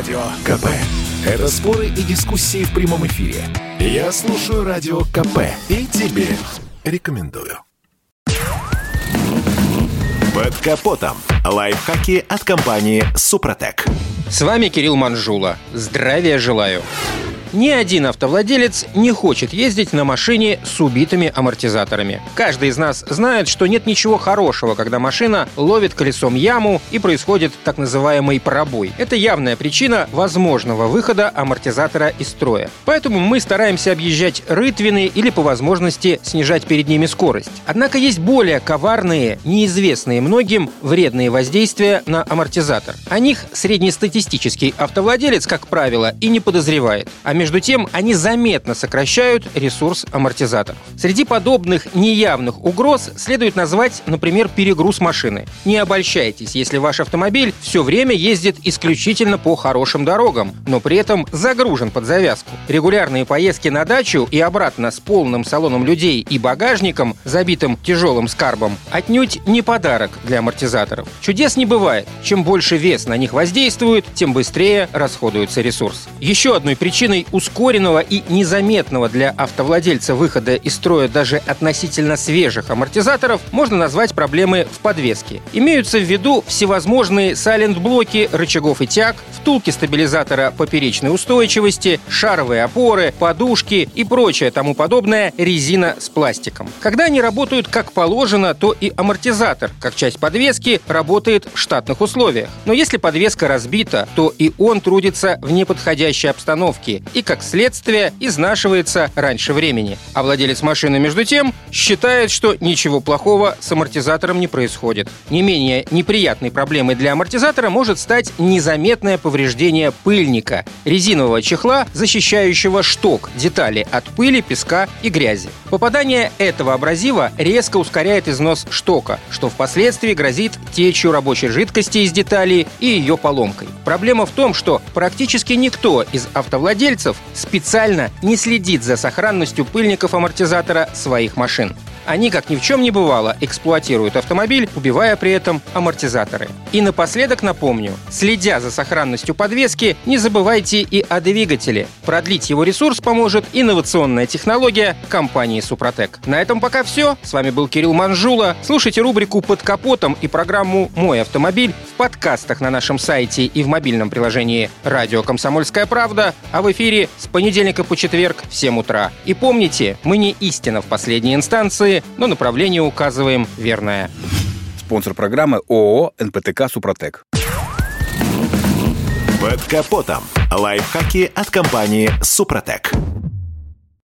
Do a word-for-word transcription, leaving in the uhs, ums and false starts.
Радио КП. Это споры и дискуссии в прямом эфире. Я слушаю Радио КП и тебе рекомендую. Под капотом. Лайфхаки от компании «Супротек». С вами Кирилл Манжула. Здравия желаю. Ни один автовладелец не хочет ездить на машине с убитыми амортизаторами. Каждый из нас знает, что нет ничего хорошего, когда машина ловит колесом яму и происходит так называемый пробой. Это явная причина возможного выхода амортизатора из строя. Поэтому мы стараемся объезжать рытвины или по возможности снижать перед ними скорость. Однако есть более коварные, неизвестные многим вредные воздействия на амортизатор. О них среднестатистический автовладелец, как правило, и не подозревает. А между тем, они заметно сокращают ресурс амортизаторов. Среди подобных неявных угроз следует назвать, например, перегруз машины. Не обольщайтесь, если ваш автомобиль все время ездит исключительно по хорошим дорогам, но при этом загружен под завязку. Регулярные поездки на дачу и обратно с полным салоном людей и багажником, забитым тяжелым скарбом, отнюдь не подарок для амортизаторов. Чудес не бывает. Чем больше вес на них воздействует, тем быстрее расходуется ресурс. Еще одной причиной ускоренного и незаметного для автовладельца выхода из строя даже относительно свежих амортизаторов можно назвать проблемы в подвеске. Имеются в виду всевозможные сайлент-блоки рычагов и тяг, втулки стабилизатора поперечной устойчивости, шаровые опоры, подушки и прочее тому подобное резина с пластиком. Когда они работают как положено, то и амортизатор, как часть подвески, работает в штатных условиях. Но если подвеска разбита, то и он трудится в неподходящей обстановке и, как следствие, изнашивается раньше времени. А владелец машины, между тем, считает, что ничего плохого с амортизатором не происходит. Не менее неприятной проблемой для амортизатора может стать незаметное повреждение пыльника, резинового чехла, защищающего шток, детали от пыли, песка и грязи. Попадание этого абразива резко ускоряет износ штока, что впоследствии грозит течью рабочей жидкости из деталей и ее поломкой. Проблема в том, что практически никто из автовладельцев специально не следит за сохранностью пыльников амортизатора своих машин. Они, как ни в чем не бывало, эксплуатируют автомобиль, убивая при этом амортизаторы. И напоследок напомню, следя за сохранностью подвески, не забывайте и о двигателе. Продлить его ресурс поможет инновационная технология компании «Супротек». На этом пока все. С вами был Кирилл Манжула. Слушайте рубрику «Под капотом» и программу «Мой автомобиль» в подкастах на нашем сайте и в мобильном приложении «Радио Комсомольская правда», а в эфире с понедельника по четверг в семь утра. И помните, мы не истина в последней инстанции, но направление указываем верное. Спонсор программы ООО «эн пэ тэ ка Супротек». Под капотом. Лайфхаки от компании «Супротек».